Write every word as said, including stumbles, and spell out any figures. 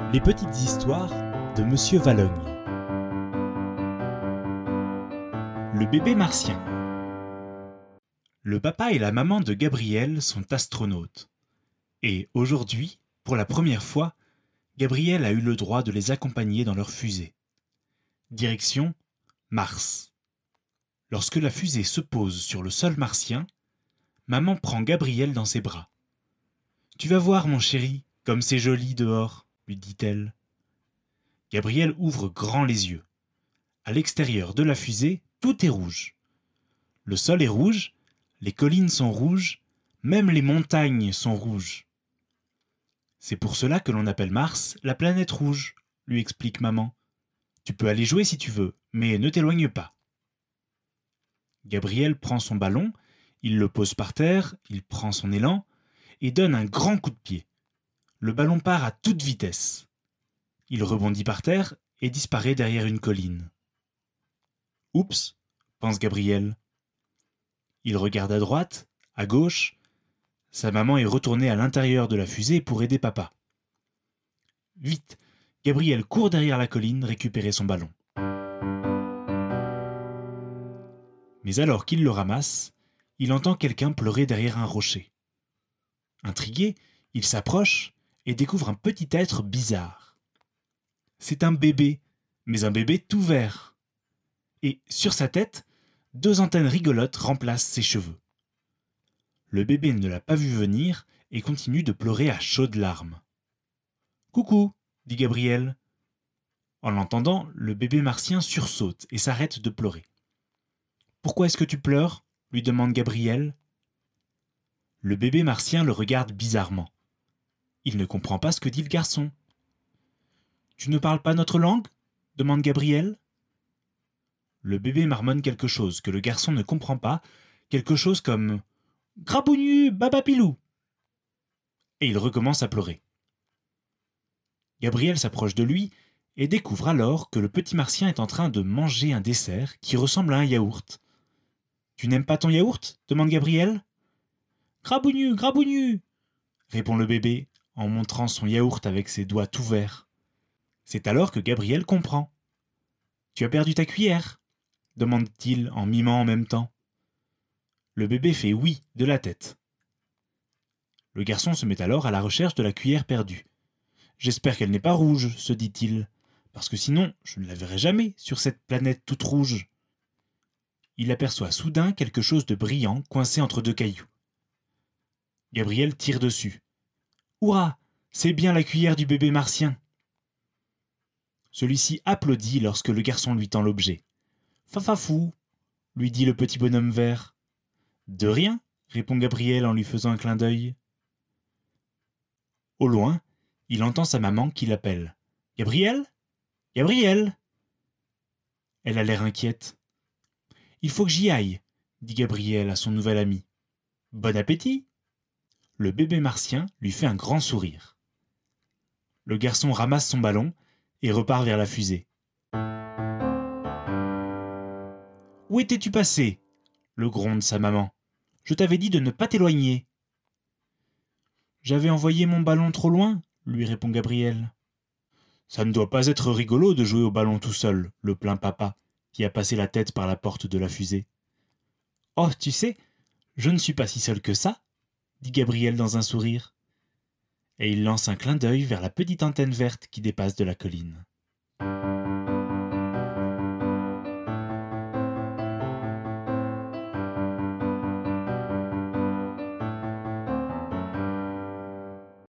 Les petites histoires de Monsieur Valogne. Le bébé martien. Le papa et la maman de Gabriel sont astronautes. Et aujourd'hui, pour la première fois, Gabriel a eu le droit de les accompagner dans leur fusée. Direction Mars. Lorsque la fusée se pose sur le sol martien, maman prend Gabriel dans ses bras. « Tu vas voir, mon chéri, comme c'est joli dehors », lui dit-elle. Gabriel ouvre grand les yeux. À l'extérieur de la fusée, tout est rouge. Le sol est rouge, les collines sont rouges, même les montagnes sont rouges. C'est pour cela que l'on appelle Mars la planète rouge, lui explique maman. Tu peux aller jouer si tu veux, mais ne t'éloigne pas. Gabriel prend son ballon, il le pose par terre, il prend son élan et donne un grand coup de pied. Le ballon part à toute vitesse. Il rebondit par terre et disparaît derrière une colline. « Oups !» pense Gabriel. Il regarde à droite, à gauche. Sa maman est retournée à l'intérieur de la fusée pour aider papa. Vite, Gabriel court derrière la colline récupérer son ballon. Mais alors qu'il le ramasse, il entend quelqu'un pleurer derrière un rocher. Intrigué, il s'approche et découvre un petit être bizarre. C'est un bébé, mais un bébé tout vert. Et sur sa tête, deux antennes rigolotes remplacent ses cheveux. Le bébé ne l'a pas vu venir et continue de pleurer à chaudes larmes. « Coucou !» dit Gabriel. En l'entendant, le bébé martien sursaute et s'arrête de pleurer. « Pourquoi est-ce que tu pleures ?» lui demande Gabriel. Le bébé martien le regarde bizarrement. Il ne comprend pas ce que dit le garçon. « Tu ne parles pas notre langue ?» demande Gabriel. Le bébé marmonne quelque chose que le garçon ne comprend pas, quelque chose comme « Grabougnu, babapilou !» Et il recommence à pleurer. Gabriel s'approche de lui et découvre alors que le petit martien est en train de manger un dessert qui ressemble à un yaourt. « Tu n'aimes pas ton yaourt ?» demande Gabriel. « Grabougnu, grabougnu !» répond le bébé en montrant son yaourt avec ses doigts tout verts. C'est alors que Gabriel comprend. « Tu as perdu ta cuillère ?» demande-t-il en mimant en même temps. Le bébé fait oui de la tête. Le garçon se met alors à la recherche de la cuillère perdue. « J'espère qu'elle n'est pas rouge, » se dit-il, « parce que sinon je ne la verrai jamais sur cette planète toute rouge. » Il aperçoit soudain quelque chose de brillant coincé entre deux cailloux. Gabriel tire dessus. « Hurrah, c'est bien la cuillère du bébé martien !» Celui-ci applaudit lorsque le garçon lui tend l'objet. « Fafafou !» lui dit le petit bonhomme vert. « De rien !» répond Gabriel en lui faisant un clin d'œil. Au loin, il entend sa maman qui l'appelle. « Gabriel ? Gabriel ?» Elle a l'air inquiète. « Il faut que j'y aille, » dit Gabriel à son nouvel ami. « Bon appétit !» Le bébé martien lui fait un grand sourire. Le garçon ramasse son ballon et repart vers la fusée. « Où étais-tu passé ?» le gronde sa maman. « Je t'avais dit de ne pas t'éloigner. »« J'avais envoyé mon ballon trop loin ?» lui répond Gabriel. « Ça ne doit pas être rigolo de jouer au ballon tout seul, le plaint papa, qui a passé la tête par la porte de la fusée. »« Oh, tu sais, je ne suis pas si seul que ça, » dit Gabriel dans un sourire. Et il lance un clin d'œil vers la petite antenne verte qui dépasse de la colline.